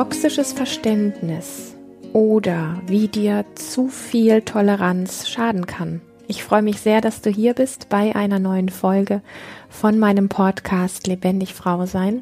Toxisches Verständnis oder wie dir zu viel Toleranz schaden kann. Ich freue mich sehr, dass du hier bist bei einer neuen Folge von meinem Podcast Lebendig Frau sein.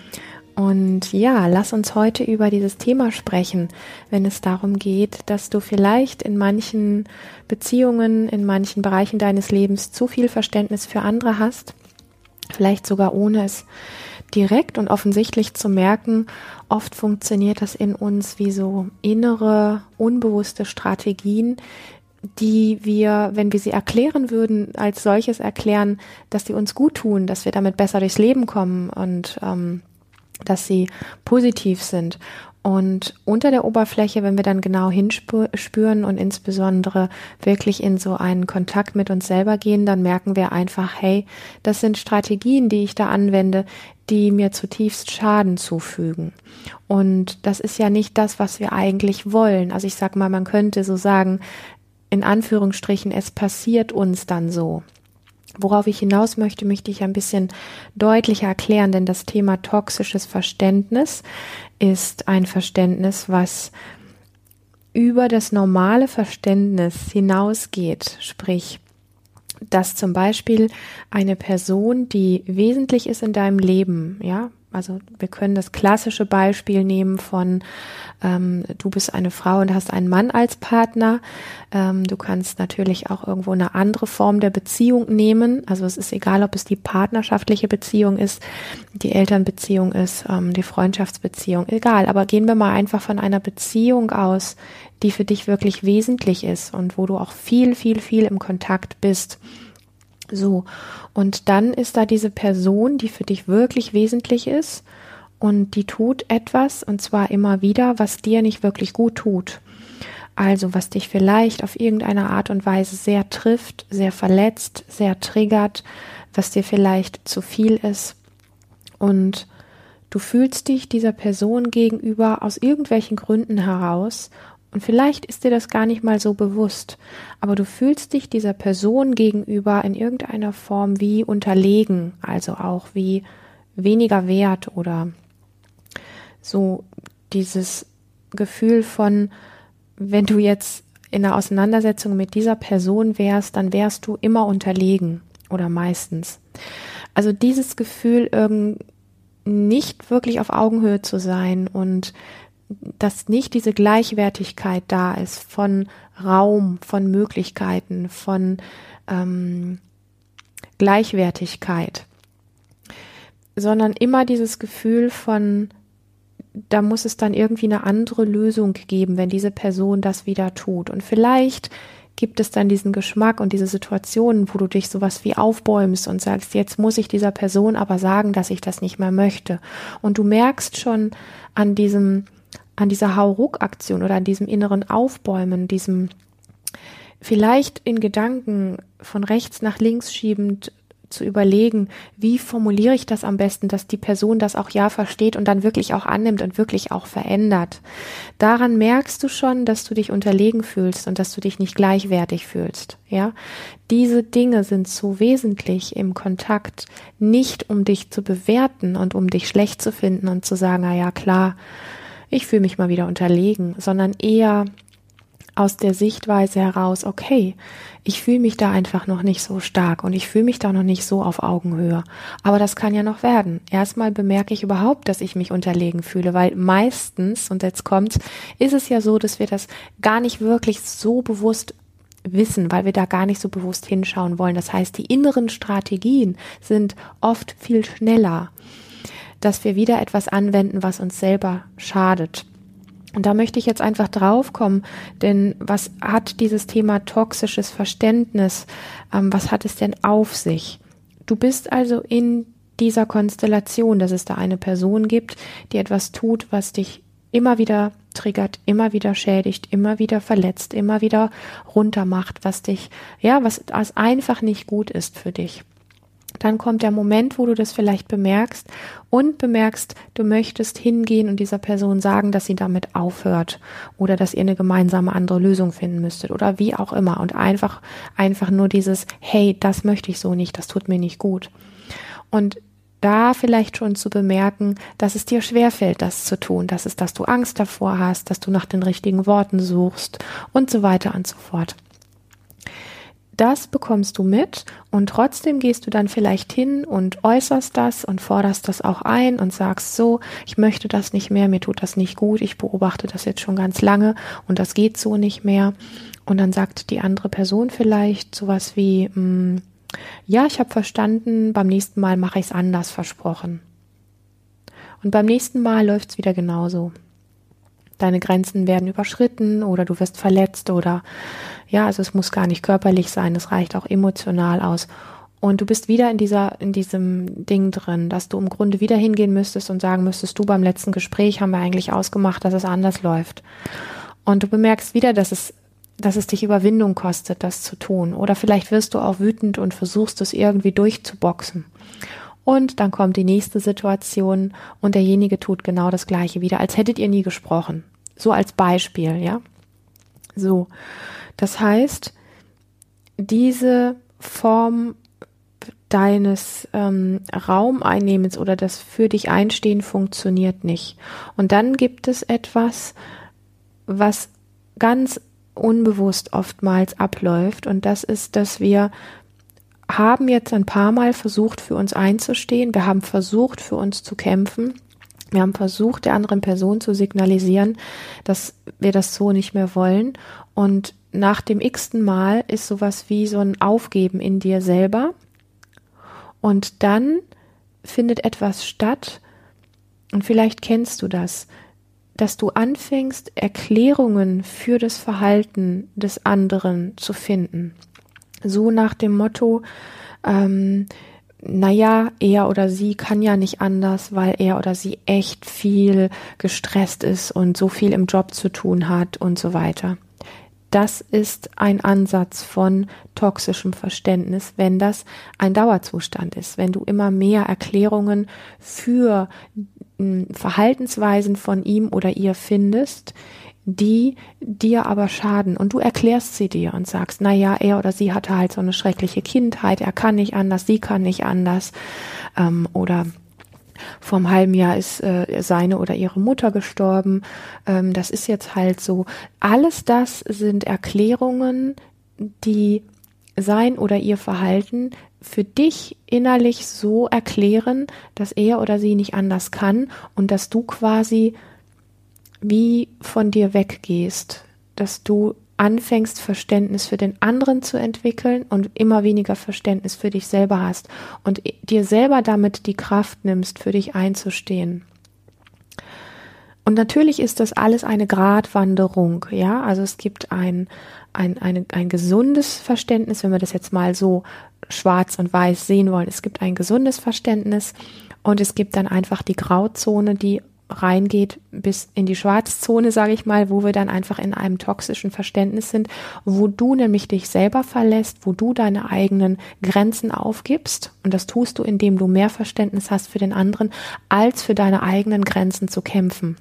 Und ja, lass uns heute über dieses Thema sprechen, wenn es darum geht, dass du vielleicht in manchen Beziehungen, in manchen Bereichen deines Lebens zu viel Verständnis für andere hast, vielleicht sogar ohne es direkt und offensichtlich zu merken. Oft funktioniert das in uns wie so innere, unbewusste Strategien, die wir, wenn wir sie erklären würden, als solches erklären, dass die uns gut tun, dass wir damit besser durchs Leben kommen und dass sie positiv sind. Und unter der Oberfläche, wenn wir dann genau hinspüren und insbesondere wirklich in so einen Kontakt mit uns selber gehen, dann merken wir einfach, hey, das sind Strategien, die ich da anwende, die mir zutiefst Schaden zufügen. Und das ist ja nicht das, was wir eigentlich wollen. Also ich sag mal, man könnte so sagen, in Anführungsstrichen, es passiert uns dann so. Worauf ich hinaus möchte ich ein bisschen deutlicher erklären, denn das Thema toxisches Verständnis ist ein Verständnis, was über das normale Verständnis hinausgeht, sprich, dass zum Beispiel eine Person, die wesentlich ist in deinem Leben, ja, also wir können das klassische Beispiel nehmen von du bist eine Frau und hast einen Mann als Partner. Du kannst natürlich auch irgendwo eine andere Form der Beziehung nehmen. Also es ist egal, ob es die partnerschaftliche Beziehung ist, die Elternbeziehung ist, die Freundschaftsbeziehung, egal. Aber gehen wir mal einfach von einer Beziehung aus, die für dich wirklich wesentlich ist und wo du auch viel im Kontakt bist. So, und dann ist da diese Person, die für dich wirklich wesentlich ist und die tut etwas, und zwar immer wieder, was dir nicht wirklich gut tut. Also was dich vielleicht auf irgendeine Art und Weise sehr trifft, sehr verletzt, sehr triggert, was dir vielleicht zu viel ist. Und du fühlst dich dieser Person gegenüber aus irgendwelchen Gründen heraus. Und vielleicht ist dir das gar nicht mal so bewusst, aber du fühlst dich dieser Person gegenüber in irgendeiner Form wie unterlegen, also auch wie weniger wert oder so dieses Gefühl von, wenn du jetzt in einer Auseinandersetzung mit dieser Person wärst, dann wärst du immer unterlegen oder meistens. Also dieses Gefühl, nicht wirklich auf Augenhöhe zu sein und dass nicht diese Gleichwertigkeit da ist von Raum, von Möglichkeiten, von Gleichwertigkeit, sondern immer dieses Gefühl von, da muss es dann irgendwie eine andere Lösung geben, wenn diese Person das wieder tut. Und vielleicht gibt es dann diesen Geschmack und diese Situationen, wo du dich sowas wie aufbäumst und sagst, jetzt muss ich dieser Person aber sagen, dass ich das nicht mehr möchte. Und du merkst schon an dieser Hauruck-Aktion oder an diesem inneren Aufbäumen, diesem vielleicht in Gedanken von rechts nach links schiebend zu überlegen, wie formuliere ich das am besten, dass die Person das auch ja versteht und dann wirklich auch annimmt und wirklich auch verändert. Daran merkst du schon, dass du dich unterlegen fühlst und dass du dich nicht gleichwertig fühlst. Ja, diese Dinge sind so wesentlich im Kontakt, nicht um dich zu bewerten und um dich schlecht zu finden und zu sagen, na ja, klar, ich fühle mich mal wieder unterlegen, sondern eher aus der Sichtweise heraus, okay, ich fühle mich da einfach noch nicht so stark und ich fühle mich da noch nicht so auf Augenhöhe. Aber das kann ja noch werden. Erstmal bemerke ich überhaupt, dass ich mich unterlegen fühle, weil meistens, und jetzt kommt's, ist es ja so, dass wir das gar nicht wirklich so bewusst wissen, weil wir da gar nicht so bewusst hinschauen wollen. Das heißt, die inneren Strategien sind oft viel schneller, dass wir wieder etwas anwenden, was uns selber schadet. Und da möchte ich jetzt einfach drauf kommen, denn was hat dieses Thema toxisches Verständnis, was hat es denn auf sich? Du bist also in dieser Konstellation, dass es da eine Person gibt, die etwas tut, was dich immer wieder triggert, immer wieder schädigt, immer wieder verletzt, immer wieder runtermacht, was einfach nicht gut ist für dich. Dann kommt der Moment, wo du das vielleicht bemerkst, du möchtest hingehen und dieser Person sagen, dass sie damit aufhört oder dass ihr eine gemeinsame andere Lösung finden müsstet oder wie auch immer und einfach nur dieses, hey, das möchte ich so nicht, das tut mir nicht gut. Und da vielleicht schon zu bemerken, dass es dir schwerfällt, das zu tun, dass du Angst davor hast, dass du nach den richtigen Worten suchst und so weiter und so fort. Das bekommst du mit und trotzdem gehst du dann vielleicht hin und äußerst das und forderst das auch ein und sagst so, ich möchte das nicht mehr, mir tut das nicht gut, ich beobachte das jetzt schon ganz lange und das geht so nicht mehr. Und dann sagt die andere Person vielleicht sowas wie, ja, ich habe verstanden, beim nächsten Mal mache ich es anders, versprochen. Und beim nächsten Mal läuft es wieder genauso. Deine Grenzen werden überschritten oder du wirst verletzt oder ja, also es muss gar nicht körperlich sein, es reicht auch emotional aus. Und du bist wieder in diesem Ding drin, dass du im Grunde wieder hingehen müsstest und sagen müsstest, du, beim letzten Gespräch haben wir eigentlich ausgemacht, dass es anders läuft. Und du bemerkst wieder, dass es dich Überwindung kostet, das zu tun. Oder vielleicht wirst du auch wütend und versuchst es irgendwie durchzuboxen. Und dann kommt die nächste Situation und derjenige tut genau das Gleiche wieder, als hättet ihr nie gesprochen. So als Beispiel, ja. So. Das heißt, diese Form deines Raumeinnehmens oder das für dich Einstehen funktioniert nicht. Und dann gibt es etwas, was ganz unbewusst oftmals abläuft, und das ist, dass wir haben jetzt ein paar Mal versucht, für uns einzustehen, wir haben versucht, für uns zu kämpfen, wir haben versucht, der anderen Person zu signalisieren, dass wir das so nicht mehr wollen, und nach dem x-ten Mal ist sowas wie so ein Aufgeben in dir selber, und dann findet etwas statt, und vielleicht kennst du das, dass du anfängst, Erklärungen für das Verhalten des anderen zu finden. So nach dem Motto, naja, er oder sie kann ja nicht anders, weil er oder sie echt viel gestresst ist und so viel im Job zu tun hat und so weiter. Das ist ein Ansatz von toxischem Verständnis, wenn das ein Dauerzustand ist, wenn du immer mehr Erklärungen für Verhaltensweisen von ihm oder ihr findest, die dir aber schaden, und du erklärst sie dir und sagst, naja, er oder sie hatte halt so eine schreckliche Kindheit, er kann nicht anders, sie kann nicht anders, oder vor einem halben Jahr ist seine oder ihre Mutter gestorben, das ist jetzt halt so. Alles das sind Erklärungen, die sein oder ihr Verhalten für dich innerlich so erklären, dass er oder sie nicht anders kann und dass du quasi wie von dir weggehst, dass du anfängst, Verständnis für den anderen zu entwickeln und immer weniger Verständnis für dich selber hast und dir selber damit die Kraft nimmst, für dich einzustehen. Und natürlich ist das alles eine Gratwanderung, ja, also es gibt ein gesundes Verständnis, wenn wir das jetzt mal so schwarz und weiß sehen wollen. Es gibt ein gesundes Verständnis und es gibt dann einfach die Grauzone, die reingeht bis in die Schwarzzone, sage ich mal, wo wir dann einfach in einem toxischen Verständnis sind, wo du nämlich dich selber verlässt, wo du deine eigenen Grenzen aufgibst, und das tust du, indem du mehr Verständnis hast für den anderen, als für deine eigenen Grenzen zu kämpfen.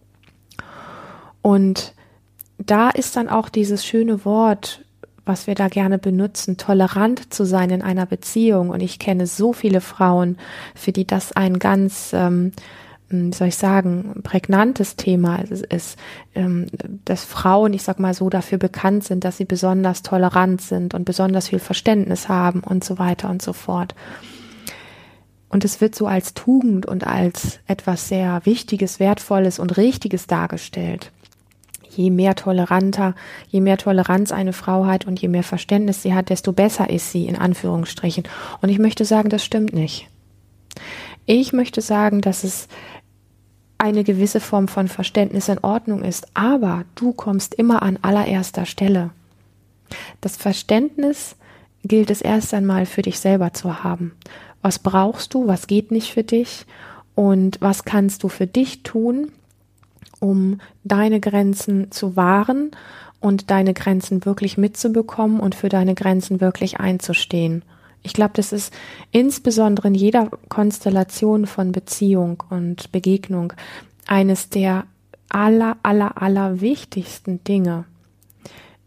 Und da ist dann auch dieses schöne Wort, was wir da gerne benutzen, tolerant zu sein in einer Beziehung, und ich kenne so viele Frauen, für die das ein ganz wie soll ich sagen, prägnantes Thema ist, dass Frauen, ich sag mal so, dafür bekannt sind, dass sie besonders tolerant sind und besonders viel Verständnis haben und so weiter und so fort. Und es wird so als Tugend und als etwas sehr Wichtiges, Wertvolles und Richtiges dargestellt. Je mehr Toleranz eine Frau hat und je mehr Verständnis sie hat, desto besser ist sie, in Anführungsstrichen. Und ich möchte sagen, das stimmt nicht. Ich möchte sagen, dass es eine gewisse Form von Verständnis in Ordnung ist, aber du kommst immer an allererster Stelle. Das Verständnis gilt es erst einmal für dich selber zu haben. Was brauchst du, was geht nicht für dich und was kannst du für dich tun, um deine Grenzen zu wahren und deine Grenzen wirklich mitzubekommen und für deine Grenzen wirklich einzustehen. Ich glaube, das ist insbesondere in jeder Konstellation von Beziehung und Begegnung eines der aller wichtigsten Dinge,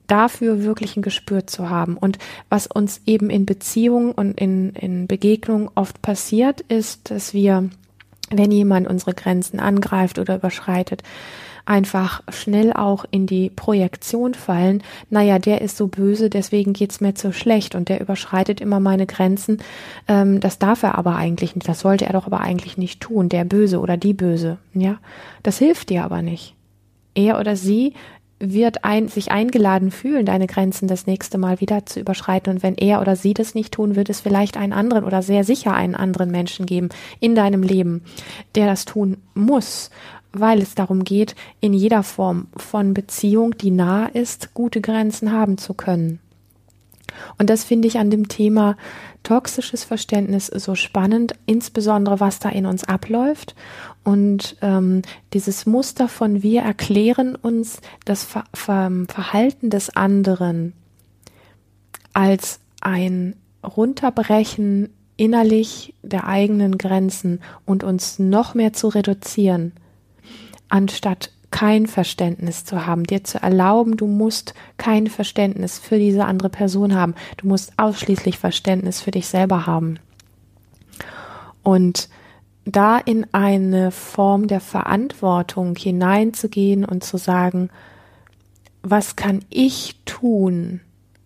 dafür wirklich ein Gespür zu haben. Und was uns eben in Beziehungen und in Begegnungen oft passiert, ist, dass wir, wenn jemand unsere Grenzen angreift oder überschreitet, einfach schnell auch in die Projektion fallen, naja, der ist so böse, deswegen geht's mir zu schlecht und der überschreitet immer meine Grenzen, das darf er aber eigentlich nicht, das sollte er doch aber eigentlich nicht tun, der Böse oder die Böse, ja, das hilft dir aber nicht. Er oder sie wird sich eingeladen fühlen, deine Grenzen das nächste Mal wieder zu überschreiten. Und wenn er oder sie das nicht tun, wird es vielleicht einen anderen oder sehr sicher einen anderen Menschen geben in deinem Leben, der das tun muss, weil es darum geht, in jeder Form von Beziehung, die nah ist, gute Grenzen haben zu können. Und das finde ich an dem Thema toxisches Verständnis so spannend, insbesondere was da in uns abläuft. Und dieses Muster von wir erklären uns das Verhalten des anderen als ein Runterbrechen innerlich der eigenen Grenzen und uns noch mehr zu reduzieren, anstatt kein Verständnis zu haben, dir zu erlauben, du musst kein Verständnis für diese andere Person haben. Du musst ausschließlich Verständnis für dich selber haben. Und da in eine Form der Verantwortung hineinzugehen und zu sagen, was kann ich tun,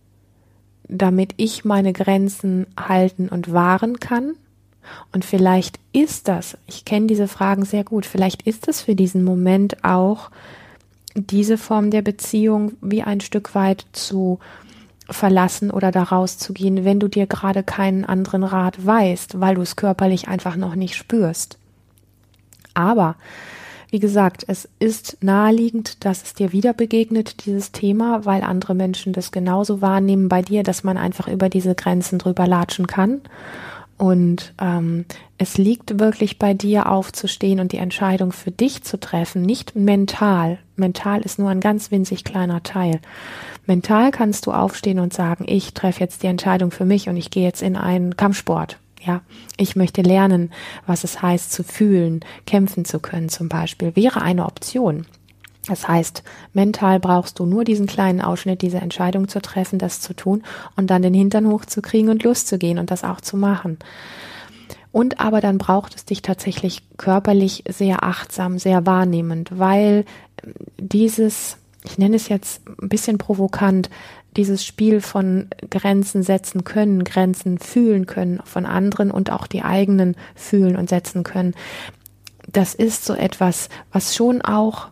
damit ich meine Grenzen halten und wahren kann? Und vielleicht ist das, ich kenne diese Fragen sehr gut, vielleicht ist es für diesen Moment auch diese Form der Beziehung wie ein Stück weit zu verlassen oder da rauszugehen, wenn du dir gerade keinen anderen Rat weißt, weil du es körperlich einfach noch nicht spürst. Aber, wie gesagt, es ist naheliegend, dass es dir wieder begegnet, dieses Thema, weil andere Menschen das genauso wahrnehmen bei dir, dass man einfach über diese Grenzen drüber latschen kann. Und es liegt wirklich bei dir aufzustehen und die Entscheidung für dich zu treffen, nicht mental. Mental ist nur ein ganz winzig kleiner Teil. Mental kannst du aufstehen und sagen, ich treffe jetzt die Entscheidung für mich und ich gehe jetzt in einen Kampfsport. Ja, ich möchte lernen, was es heißt zu fühlen, kämpfen zu können zum Beispiel, wäre eine Option. Das heißt, mental brauchst du nur diesen kleinen Ausschnitt, diese Entscheidung zu treffen, das zu tun und dann den Hintern hochzukriegen und loszugehen und das auch zu machen. Und aber dann braucht es dich tatsächlich körperlich sehr achtsam, sehr wahrnehmend, weil dieses, ich nenne es jetzt ein bisschen provokant, dieses Spiel von Grenzen setzen können, Grenzen fühlen können von anderen und auch die eigenen fühlen und setzen können, das ist so etwas, was schon auch,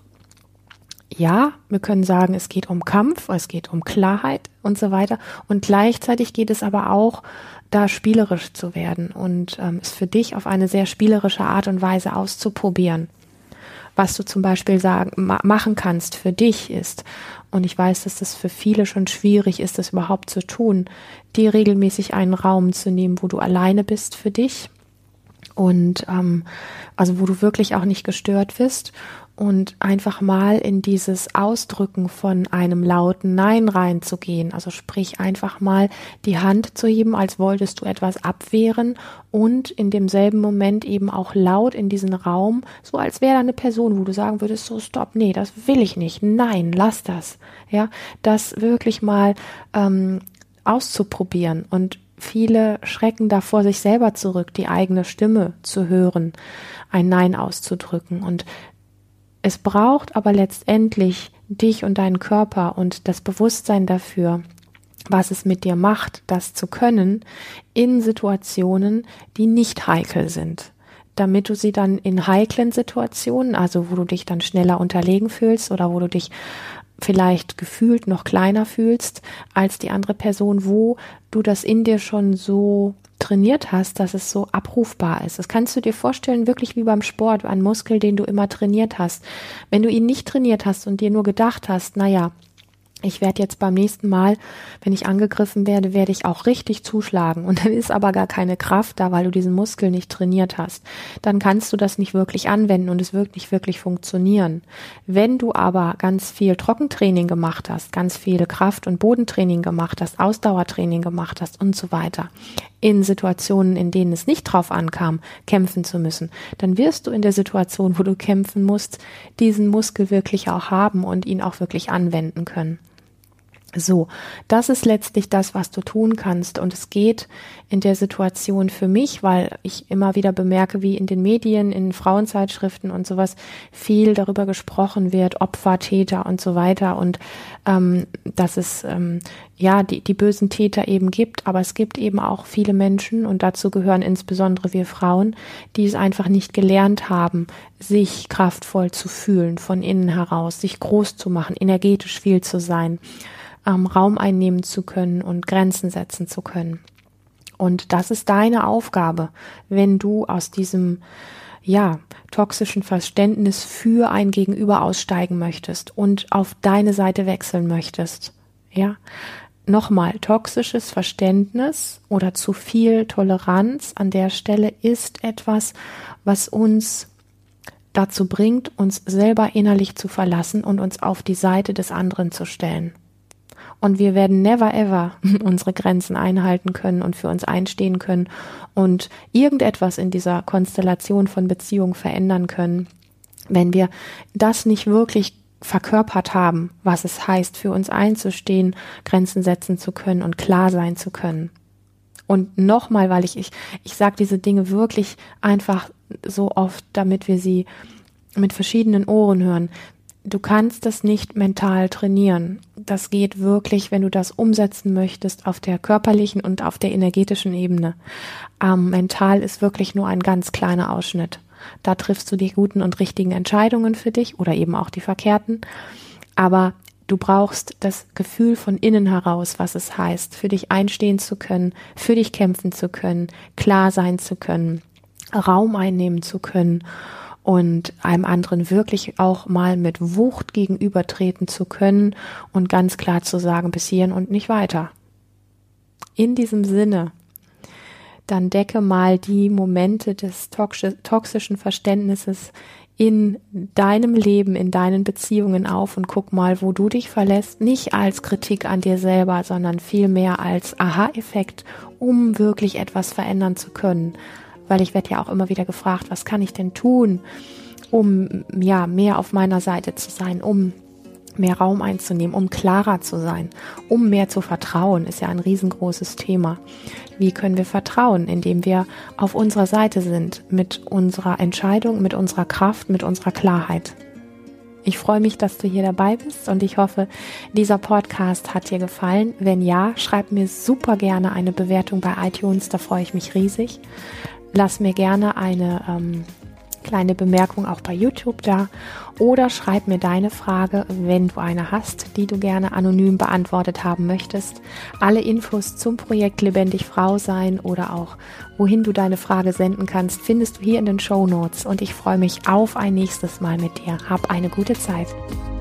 ja, wir können sagen, es geht um Kampf, es geht um Klarheit und so weiter. Und gleichzeitig geht es aber auch, da spielerisch zu werden und es für dich auf eine sehr spielerische Art und Weise auszuprobieren. Was du zum Beispiel machen kannst für dich ist, und ich weiß, dass das für viele schon schwierig ist, das überhaupt zu tun, dir regelmäßig einen Raum zu nehmen, wo du alleine bist für dich und also wo du wirklich auch nicht gestört wirst und einfach mal in dieses Ausdrücken von einem lauten Nein reinzugehen. Also sprich einfach mal die Hand zu heben, als wolltest du etwas abwehren und in demselben Moment eben auch laut in diesen Raum, so als wäre da eine Person, wo du sagen würdest, so stopp, nee, das will ich nicht, nein, lass das. Ja, das wirklich mal auszuprobieren und viele schrecken davor, sich selber zurück, die eigene Stimme zu hören, ein Nein auszudrücken. Und es braucht aber letztendlich dich und deinen Körper und das Bewusstsein dafür, was es mit dir macht, das zu können, in Situationen, die nicht heikel sind. Damit du sie dann in heiklen Situationen, also wo du dich dann schneller unterlegen fühlst oder wo du dich vielleicht gefühlt noch kleiner fühlst als die andere Person, wo du das in dir schon so trainiert hast, dass es so abrufbar ist. Das kannst du dir vorstellen, wirklich wie beim Sport, ein Muskel, den du immer trainiert hast. Wenn du ihn nicht trainiert hast und dir nur gedacht hast, naja, ich werde jetzt beim nächsten Mal, wenn ich angegriffen werde, werde ich auch richtig zuschlagen. Und dann ist aber gar keine Kraft da, weil du diesen Muskel nicht trainiert hast. Dann kannst du das nicht wirklich anwenden und es wird nicht wirklich funktionieren. Wenn du aber ganz viel Trockentraining gemacht hast, ganz viel Kraft- und Bodentraining gemacht hast, Ausdauertraining gemacht hast und so weiter, in Situationen, in denen es nicht drauf ankam, kämpfen zu müssen, dann wirst du in der Situation, wo du kämpfen musst, diesen Muskel wirklich auch haben und ihn auch wirklich anwenden können. So, das ist letztlich das, was du tun kannst. Und es geht in der Situation für mich, weil ich immer wieder bemerke, wie in den Medien, in Frauenzeitschriften und sowas viel darüber gesprochen wird, Opfer, Täter und so weiter. Und dass es die bösen Täter eben gibt. Aber es gibt eben auch viele Menschen, und dazu gehören insbesondere wir Frauen, die es einfach nicht gelernt haben, sich kraftvoll zu fühlen, von innen heraus, sich groß zu machen, energetisch viel zu sein, Raum einnehmen zu können und Grenzen setzen zu können. Und das ist deine Aufgabe, wenn du aus diesem toxischen Verständnis für ein Gegenüber aussteigen möchtest und auf deine Seite wechseln möchtest. Ja, nochmal, toxisches Verständnis oder zu viel Toleranz an der Stelle ist etwas, was uns dazu bringt, uns selber innerlich zu verlassen und uns auf die Seite des anderen zu stellen. Und wir werden never ever unsere Grenzen einhalten können und für uns einstehen können und irgendetwas in dieser Konstellation von Beziehungen verändern können, wenn wir das nicht wirklich verkörpert haben, was es heißt, für uns einzustehen, Grenzen setzen zu können und klar sein zu können. Und nochmal, weil ich sage diese Dinge wirklich einfach so oft, damit wir sie mit verschiedenen Ohren hören. Du kannst das nicht mental trainieren. Das geht wirklich, wenn du das umsetzen möchtest, auf der körperlichen und auf der energetischen Ebene. Mental ist wirklich nur ein ganz kleiner Ausschnitt. Da triffst du die guten und richtigen Entscheidungen für dich oder eben auch die verkehrten. Aber du brauchst das Gefühl von innen heraus, was es heißt, für dich einstehen zu können, für dich kämpfen zu können, klar sein zu können, Raum einnehmen zu können und einem anderen wirklich auch mal mit Wucht gegenübertreten zu können und ganz klar zu sagen, bis hierhin und nicht weiter. In diesem Sinne, dann decke mal die Momente des toxischen Verständnisses in deinem Leben, in deinen Beziehungen auf und guck mal, wo du dich verlässt, nicht als Kritik an dir selber, sondern vielmehr als Aha-Effekt, um wirklich etwas verändern zu können. Weil ich werde ja auch immer wieder gefragt, was kann ich denn tun, um mehr auf meiner Seite zu sein, um mehr Raum einzunehmen, um klarer zu sein, um mehr zu vertrauen, ist ja ein riesengroßes Thema. Wie können wir vertrauen? Indem wir auf unserer Seite sind, mit unserer Entscheidung, mit unserer Kraft, mit unserer Klarheit. Ich freue mich, dass du hier dabei bist und ich hoffe, dieser Podcast hat dir gefallen. Wenn ja, schreib mir super gerne eine Bewertung bei iTunes, da freue ich mich riesig. Lass mir gerne eine kleine Bemerkung auch bei YouTube da oder schreib mir deine Frage, wenn du eine hast, die du gerne anonym beantwortet haben möchtest. Alle Infos zum Projekt Lebendig Frau sein oder auch wohin du deine Frage senden kannst, findest du hier in den Shownotes und ich freue mich auf ein nächstes Mal mit dir. Hab eine gute Zeit.